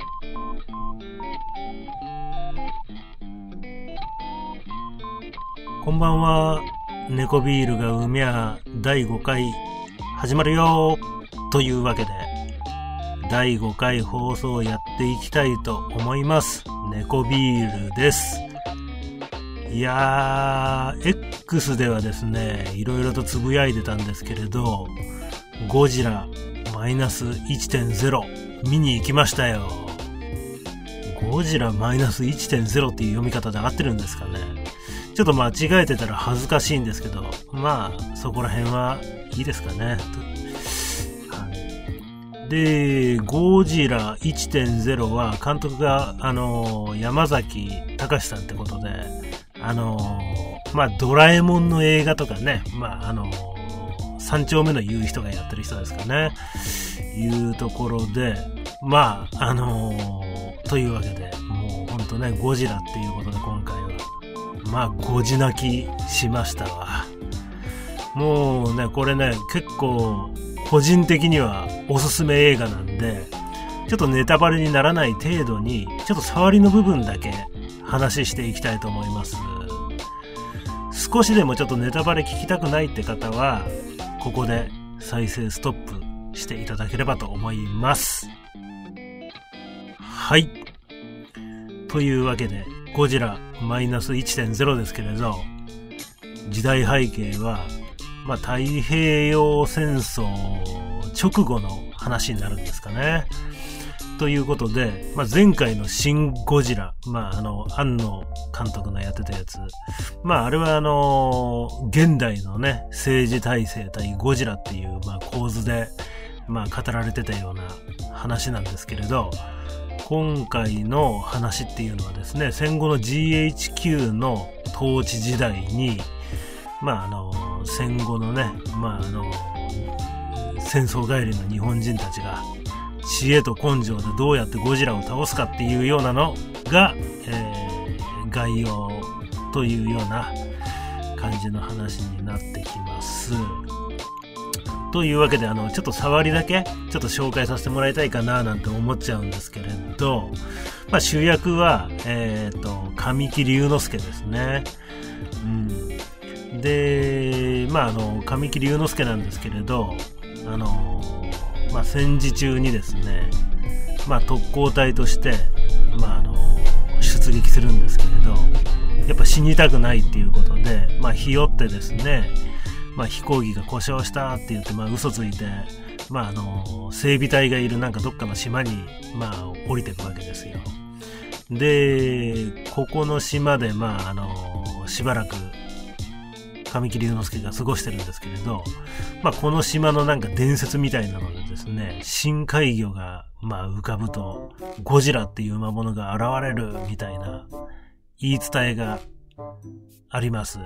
こんばんは。猫ビールがうみゃ第5回始まるよというわけで第5回放送をやっていきたいと思います。猫ビールです。いやー X ではですね、いろいろとつぶやいてたんですけれど、ゴジラマイナス 1.0 見に行きましたよ。ゴジラマイナス 1.0 っていう読み方で合ってるんですかね。ちょっと間違えてたら恥ずかしいんですけど、まあそこら辺はいいですかね。はい、で、ゴジラ 1.0 は監督が山崎隆さんってことで、まあドラえもんの映画とかね、まあ三丁目の言う人がやってる人ですかね。いうところで、まあというわけで、もうほんとね、ゴジラっていうことで今回はまあゴジ泣きしましたわ。もうね、これね、結構個人的にはおすすめ映画なんで、ちょっとネタバレにならない程度にちょっと触りの部分だけ話していきたいと思います。少しでもちょっとネタバレ聞きたくないって方はここで再生ストップしていただければと思います。はい、というわけでゴジラマイナス 1.0 ですけれど、時代背景は、まあ、太平洋戦争直後の話になるんですかね。ということで、まあ、前回のシン・ゴジラ、まあ、庵野監督のやってたやつ、まあ、あれは現代のね、政治体制対ゴジラっていう、まあ、構図で、まあ、語られてたような話なんですけれど、今回の話っていうのはですね、戦後の GHQ の統治時代に、まあ戦後のね、まあ戦争帰りの日本人たちが知恵と根性でどうやってゴジラを倒すかっていうようなのが、概要というような感じの話になってきます。というわけでちょっと触りだけちょっと紹介させてもらいたいかななんて思っちゃうんですけれど、まあ主役は神木隆之介ですね。で、まあ神木隆之介なんですけれど、まあ戦時中にですね、まあ特攻隊としてまあ出撃するんですけれど、やっぱ死にたくないっていうことで、まあひよってですね。まあ飛行機が故障したって言って、まあ嘘ついて、まあ整備隊がいるなんかどっかの島に、まあ降りていくわけですよ。で、ここの島で、まあしばらく、神木隆之介が過ごしてるんですけれど、まあこの島のなんか伝説みたいなのでですね、深海魚が、まあ浮かぶと、ゴジラっていう魔物が現れるみたいな言い伝えがあります。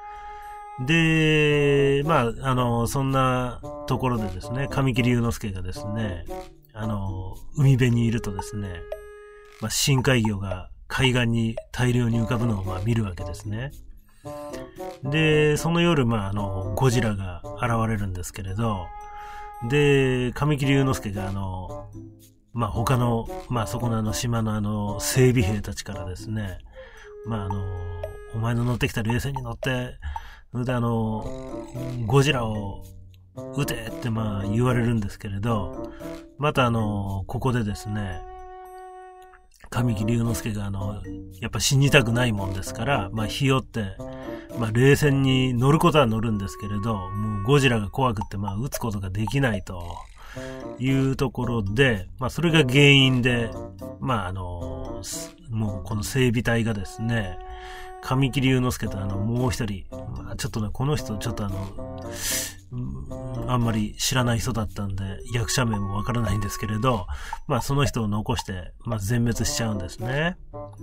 で、まあ、そんなところでですね、神木隆之介がですね、海辺にいるとですね、まあ、深海魚が海岸に大量に浮かぶのをまあ見るわけですね。で、その夜、まあ、ゴジラが現れるんですけれど、で、神木隆之介がまあ、他の、まあ、そこの島の整備兵たちからですね、まあ、お前の乗ってきた冷戦に乗って、それでゴジラを撃てってまあ言われるんですけれど、またここでですね、神木隆之介がやっぱ死にたくないもんですから、まあひよって、まあ冷戦に乗ることは乗るんですけれど、もうゴジラが怖くってまあ撃つことができないというところで、まあそれが原因で、まあもうこの整備隊がですね、神木隆之介ともう一人、まあ、ちょっとね、この人ちょっとあんまり知らない人だったんで、役者名もわからないんですけれど、まあその人を残して、まあ全滅しちゃうんですね。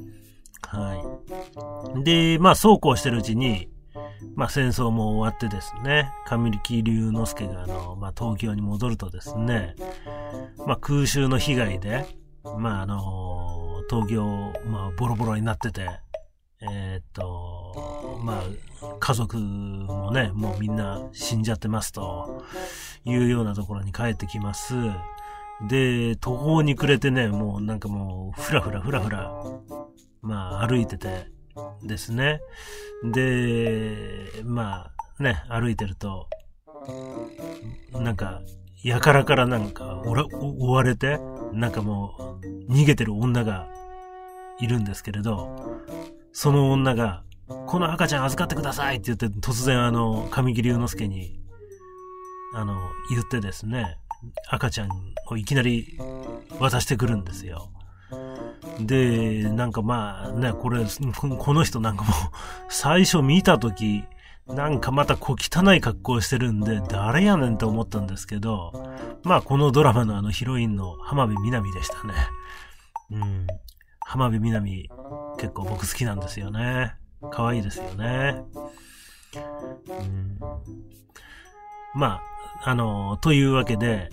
はい。で、まあそうこうしてるうちに、まあ戦争も終わってですね、神木隆之介がまあ東京に戻るとですね、まあ空襲の被害で、まあ東京、まあボロボロになってて、まあ、家族もね、もうみんな死んじゃってますというようなところに帰ってきます。 で、途方に暮れてね、もうなんかもう、ふらふら、まあ歩いててですね。で、まあね、歩いてると、なんか、やからからなんか追われて、なんかもう、逃げてる女がいるんですけれど、その女が、この赤ちゃん預かってくださいって言って、突然神木隆之介に、言ってですね、赤ちゃんをいきなり渡してくるんですよ。で、なんかまあね、この人なんかもう、最初見たとき、なんかまた小汚い格好をしてるんで、誰やねんと思ったんですけど、まあこのドラマのヒロインの浜辺美波でしたね。浜辺美波、結構僕好きなんですよね。可愛いですよね。まあ、というわけで、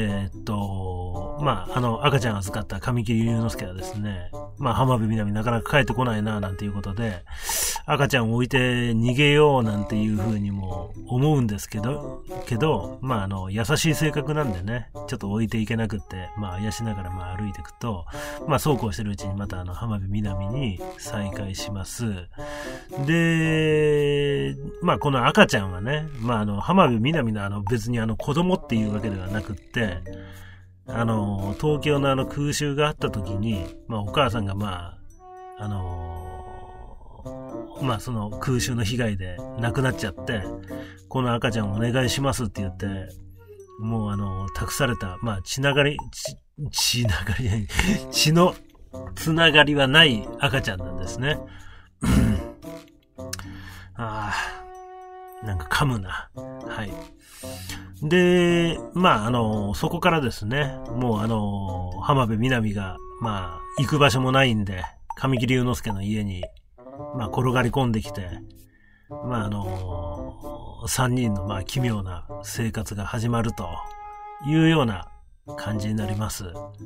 まあ、赤ちゃん預かった神木隆之介はですね、まあ、浜辺美波なかなか帰ってこないな、なんていうことで、赤ちゃんを置いて逃げようなんていう風にも思うんですけど、まあ、優しい性格なんでね、ちょっと置いていけなくって、まあ、あやしながらまあ歩いていくと、まあ、そうこうしてるうちにまた浜辺美波に再会します。で、まあ、この赤ちゃんはね、まあ、浜辺美波の別に子供っていうわけではなくって、東京の空襲があった時に、まあ、お母さんがまあ、まあその空襲の被害で亡くなっちゃって、この赤ちゃんお願いしますって言って、もう託された、まあ血のつながりはない赤ちゃんなんですね。なんか噛むな。はい。で、まあそこからですね、もう浜辺美波が、まあ行く場所もないんで、神木隆之介の家にまあ、転がり込んできて、まあ、三人の、まあ、奇妙な生活が始まるというような感じになります。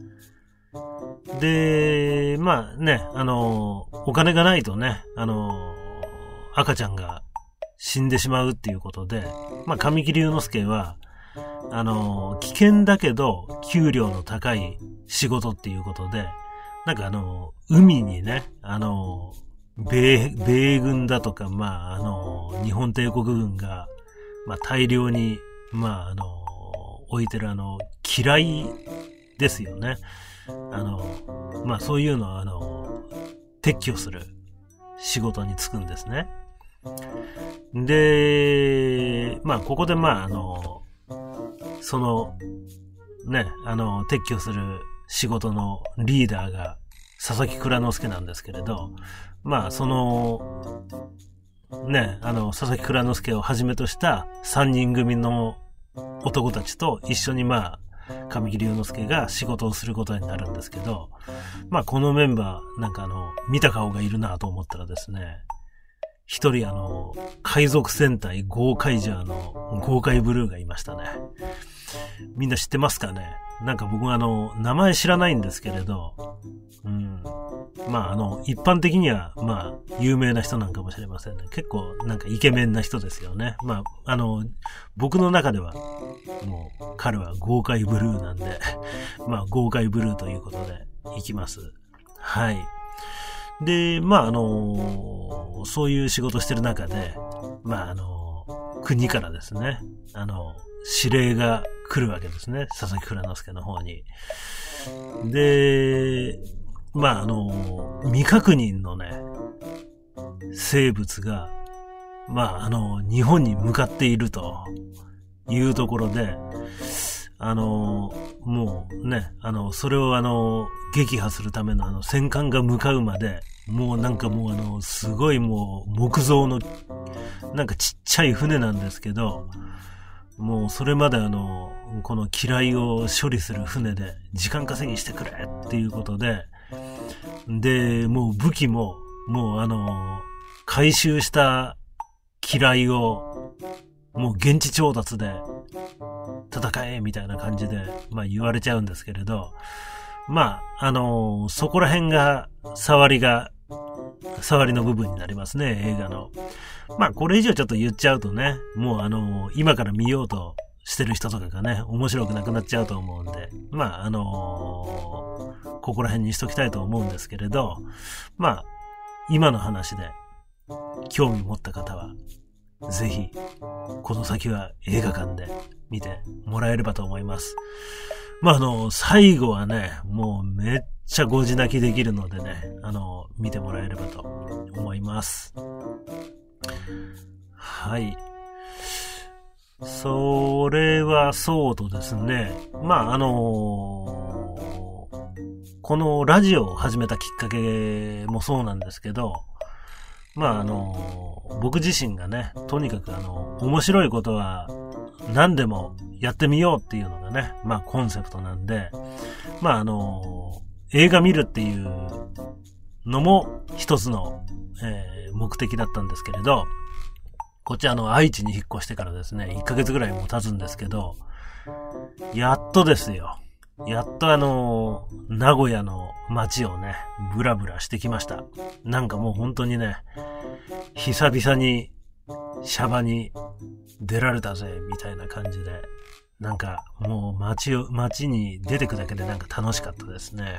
で、まあね、お金がないとね、赤ちゃんが死んでしまうっていうことで、まあ、神木隆之介は、危険だけど、給料の高い仕事っていうことで、なんか海にね、米軍だとか、まあ、日本帝国軍が、まあ、大量に、まあ、置いてる機雷ですよね。まあ、そういうのを、撤去する仕事に就くんですね。で、まあ、ここで、まあ、その、ね、撤去する仕事のリーダーが、佐々木蔵之介なんですけれど、まあ、その、ね、佐々木蔵之介をはじめとした3人組の男たちと一緒にまあ、神木隆之介が仕事をすることになるんですけど、まあ、このメンバー、なんか見た顔がいるなと思ったらですね、一人海賊戦隊ゴーカイジャーのゴーカイブルーがいましたね。みんな知ってますかね？なんか僕は名前知らないんですけれど、まあ一般的には、まあ、有名な人なんかもしれませんね。結構なんかイケメンな人ですよね。まあ、僕の中では、もう彼は豪快ブルーなんで、まあ豪快ブルーということでいきます。はい。で、まあそういう仕事してる中で、まあ国からですね、指令が来るわけですね。佐々木蔵之介の方に。で、まあ未確認のね、生物が、まあ日本に向かっているというところで、もうね、それを撃破するための戦艦が向かうまで、もうなんかもうすごいもう木造の、なんかちっちゃい船なんですけど、もうそれまでこの機雷を処理する船で時間稼ぎしてくれっていうことで、で、もう武器も、もう回収した機雷を、もう現地調達で戦えみたいな感じで、まあ言われちゃうんですけれど、まあ、そこら辺が触りの部分になりますね、映画の。まあこれ以上ちょっと言っちゃうとね、もう今から見ようとしてる人とかがね、面白くなくなっちゃうと思うんで、まあ、ここら辺にしときたいと思うんですけれど、まあ、今の話で興味持った方は、ぜひ、この先は映画館で見てもらえればと思います。まあ、最後はね、もうめっちゃご自泣きできるのでね、見てもらえればと思います。はい。それはそうとですね、まあ、このラジオを始めたきっかけもそうなんですけど、まあ僕自身がね、とにかく面白いことは何でもやってみようっていうのがね、まあコンセプトなんで、まあ映画見るっていうのも一つの、目的だったんですけれど、こっち愛知に引っ越してからですね、1ヶ月ぐらいも経つんですけど、やっとですよ。やっと名古屋の街をね、ブラブラしてきました。なんかもう本当にね、久々にシャバに出られたぜ、みたいな感じで、なんかもう街に出てくだけでなんか楽しかったですね。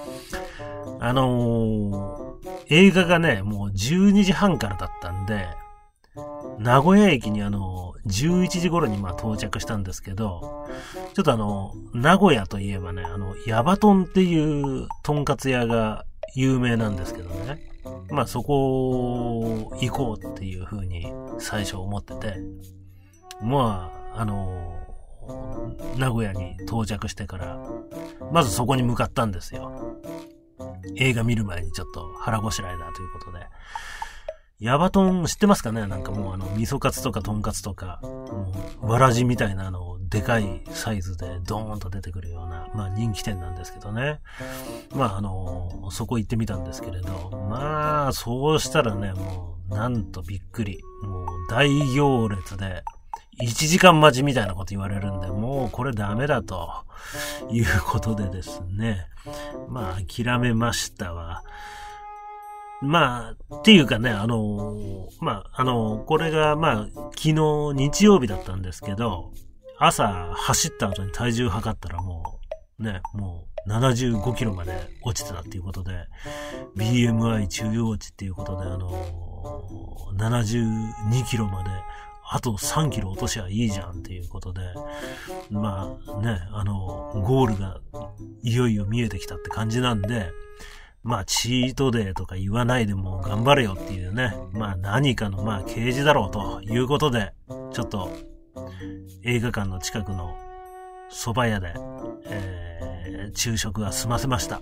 映画がね、もう12時半からだったんで、名古屋駅に11時頃に到着したんですけど、ちょっと名古屋といえばね、ヤバトンっていうとんかつ屋が有名なんですけどね。まあそこ行こうっていう風に最初思ってて、まあ名古屋に到着してから、まずそこに向かったんですよ。映画見る前にちょっと腹ごしらえだということで。ヤバトン知ってますかね？なんかもう味噌カツとかトンカツとか、わらじみたいなでかいサイズでドーンと出てくるような、まあ人気店なんですけどね。まあそこ行ってみたんですけれど、まあそうしたらね、もうなんとびっくり。もう大行列で、1時間待ちみたいなこと言われるんで、もうこれダメだということでですね。まあ諦めましたわ。まあ、っていうかね、これが、昨日日曜日だったんですけど、朝走った後に体重測ったらもう75キロまで落ちてたっていうことで、BMI 中央値っていうことで、72キロまで、あと3キロ落としゃいいじゃんっていうことで、まあね、ゴールがいよいよ見えてきたって感じなんで、まあ、チートデーとか言わないでもう頑張れよっていうね。まあ、何かの啓示だろうということで、ちょっと、映画館の近くの蕎麦屋で、昼食は済ませました。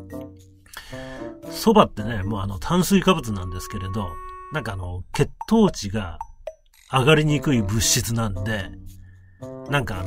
蕎麦ってね、もう炭水化物なんですけれど、なんか血糖値が上がりにくい物質なんで、なんか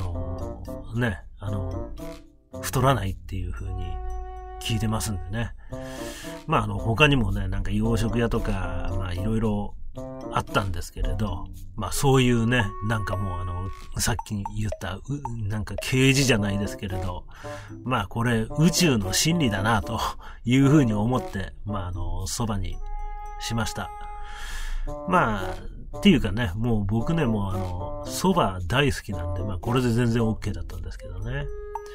太らないっていう風に聞いてますんでね。まあ他にもね、なんか洋食屋とか、まあいろいろあったんですけれど、まあそういうね、なんかもうさっき言った、なんか啓示じゃないですけれど、まあこれ宇宙の真理だなというふうに思って、まあそばにしました。まあ、っていうかね、もう僕ね、もう蕎麦大好きなんで、まあこれで全然 OK だったんですけどね。はい。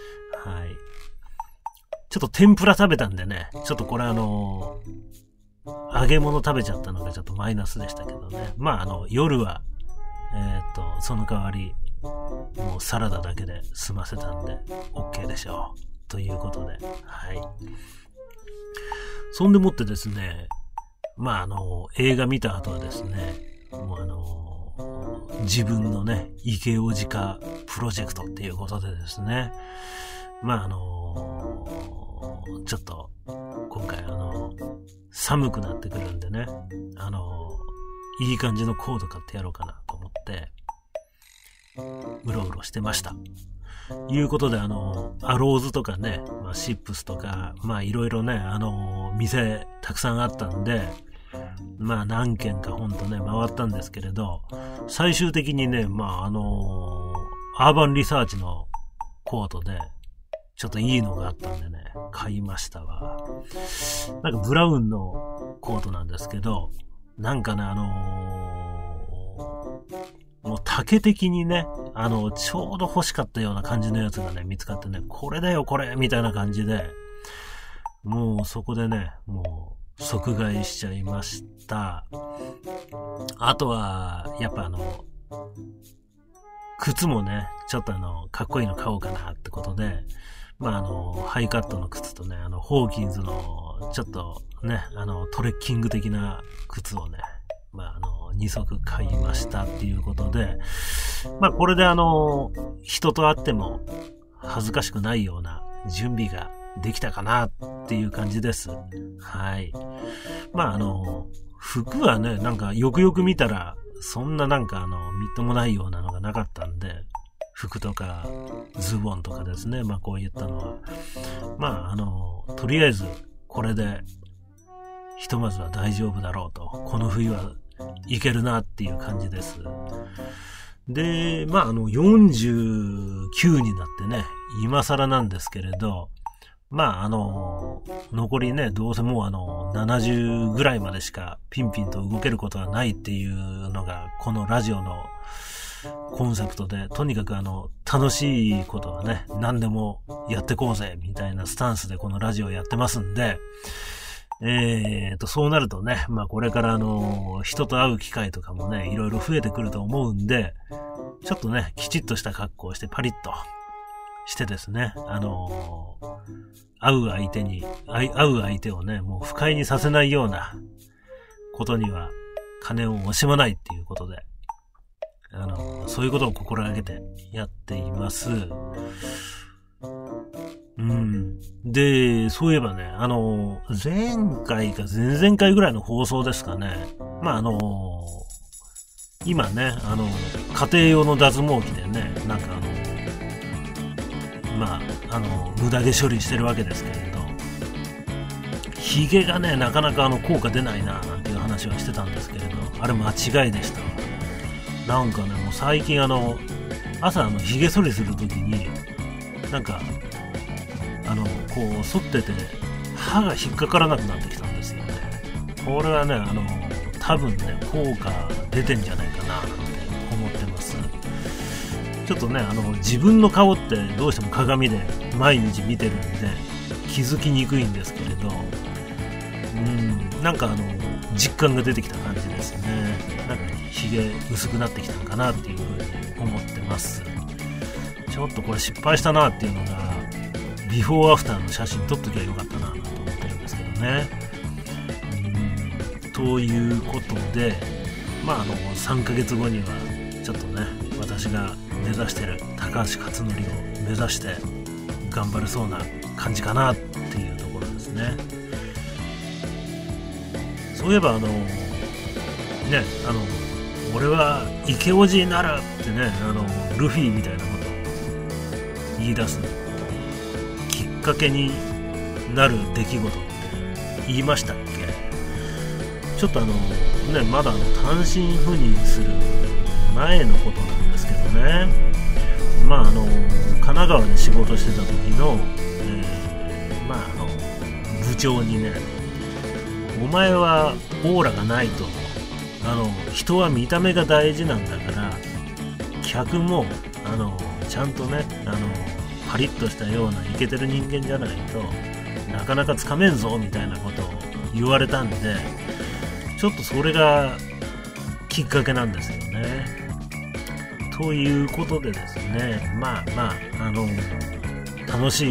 ちょっと天ぷら食べたんでね、ちょっとこれ揚げ物食べちゃったのがちょっとマイナスでしたけどね。まあ夜は、その代わり、もうサラダだけで済ませたんで、OK でしょう。ということで、はい。そんでもってですね、まあ映画見た後はですね、もう自分のね、イケオジ化プロジェクトっていうことでですね、まあちょっと、今回寒くなってくるんでね、いい感じのコード買ってやろうかなと思って、うろうろしてました。いうことで、アローズとかね、まあ、シップスとか、まあ、いろいろね、店たくさんあったんで、まあ、何軒かほんとね、回ったんですけれど、最終的にね、まあ、アーバンリサーチのコートで、ちょっといいのがあったんでね、買いましたわ。なんかブラウンのコートなんですけど、なんかね、もう竹的にね、ちょうど欲しかったような感じのやつがね、見つかってね、これだよこれみたいな感じで、もうそこでね、もう即買いしちゃいました。あとは、やっぱ靴もね、ちょっとかっこいいの買おうかなってことで、ハイカットの靴とね、ホーキンズの、ちょっとね、トレッキング的な靴をね、2足買いましたっていうことで、これで人と会っても恥ずかしくないような準備ができたかなっていう感じです。はい。服はね、なんかよくよく見たら、そんななんかみっともないようなのがなかったんで、服とかズボンとかですね、こういったのは。とりあえずこれでひとまずは大丈夫だろうと、この冬はいけるなっていう感じです。で、49になってね、今更なんですけれど、残りね、どうせもう70ぐらいまでしかピンピンと動けることはないっていうのが、このラジオのコンセプトで、とにかく楽しいことはね、何でもやってこうぜ、みたいなスタンスでこのラジオやってますんで、そうなるとね、これから人と会う機会とかもね、いろいろ増えてくると思うんで、ちょっとね、きちっとした格好をしてパリッとしてですね、会う相手をね、もう不快にさせないようなことには金を惜しまないっていうことで、そういうことを心がけてやっています。で、そういえばね、前回か前々回ぐらいの放送ですかね。今ね、家庭用の脱毛器でね、なんか無駄毛処理してるわけですけれど、髭がね、なかなか効果出ないな、なんていう話はしてたんですけれど、あれ間違いでした。なんかね、もう最近朝髭剃りするときに、なんか、こう、剃ってて、歯が引っかからなくなってきたんですよね。これはね、多分ね、効果出てんじゃないかな、なんて思ってます。ちょっとね、自分の顔ってどうしても鏡で毎日見てるんで、気づきにくいんですけれど、なんか実感が出てきた感じですね。なんか髭薄くなってきたのかなっていうふうに思ってます。ちょっとこれ失敗したなっていうのが、ビフォーアフターの写真撮っときゃよかったなと思ってるんですけどね。ということで、3ヶ月後にはちょっとね、私が目指してる高橋克典を目指して頑張れそうな感じかなっていうところですね。そういえば俺はイケオジになるってね、ルフィみたいなことを言い出すきっかけになる出来事って言いましたっけ？ちょっとまだ単身赴任する前のことなんですけどね、神奈川で仕事してた時の、部長にね、お前はオーラがないと、人は見た目が大事なんだから、客もちゃんとね、パリッとしたようなイケてる人間じゃないとなかなかつかめんぞみたいなことを言われたんで、ちょっとそれがきっかけなんですよね。ということでですね、楽し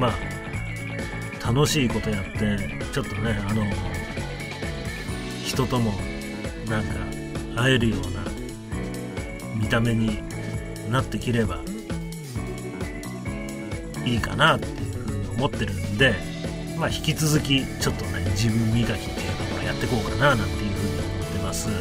いことやって、ちょっとね、人ともなんか会えるような見た目になってきればいいかなっていうふうに思ってるんで、引き続きちょっとね、自分磨きっていうところやっていこうかななんていうふうに思ってます。はい。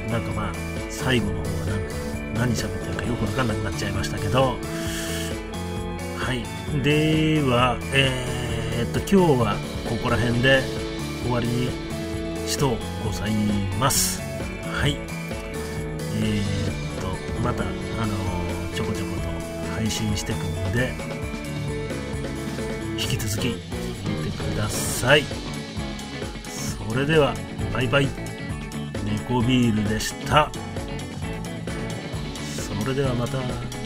なんか最後の方は何喋ってるかよくわかんなくなっちゃいましたけど、はい。では、今日はここら辺で終わりにしとございます。はい。またちょこちょこと配信していくので、引き続き聞いてください。それではバイバイ。猫ビールでした。 れではまた。